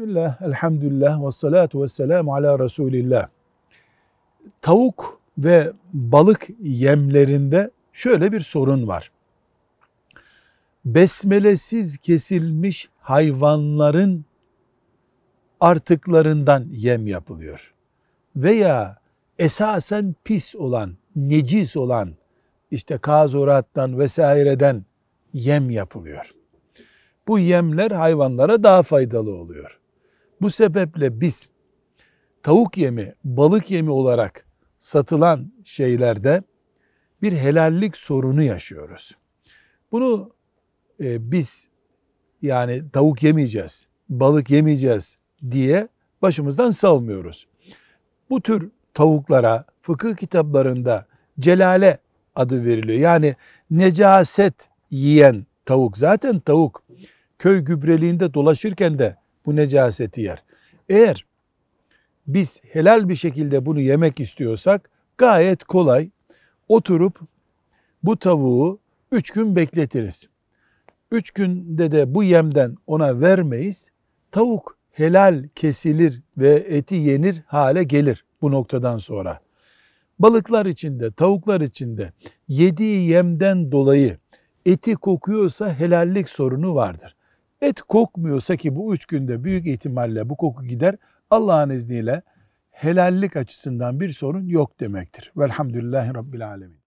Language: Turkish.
Bismillah, elhamdülillah, ve salatu ve selamu ala Resulillah. Tavuk ve balık yemlerinde şöyle bir sorun var. Besmelesiz kesilmiş hayvanların artıklarından yem yapılıyor. Veya esasen pis olan, necis olan, işte kazurattan vesaireden yem yapılıyor. Bu yemler hayvanlara daha faydalı oluyor. Bu sebeple biz tavuk yemi, balık yemi olarak satılan şeylerde bir helallik sorunu yaşıyoruz. Bunu biz yani tavuk yemeyeceğiz, balık yemeyeceğiz diye başımızdan savmuyoruz. Bu tür tavuklara fıkıh kitaplarında celale adı veriliyor. Yani necaset yiyen tavuk. Zaten tavuk köy gübreliğinde dolaşırken de bu necaseti yer. Eğer biz helal bir şekilde bunu yemek istiyorsak gayet kolay. Oturup bu tavuğu 3 gün bekletiriz. 3 günde de bu yemden ona vermeyiz. Tavuk helal kesilir ve eti yenir hale gelir bu noktadan sonra. Balıklar içinde, tavuklar içinde yediği yemden dolayı eti kokuyorsa helallik sorunu vardır. Et kokmuyorsa ki bu 3 günde büyük ihtimalle bu koku gider. Allah'ın izniyle helallik açısından bir sorun yok demektir. Velhamdülillahi Rabbil Alemin.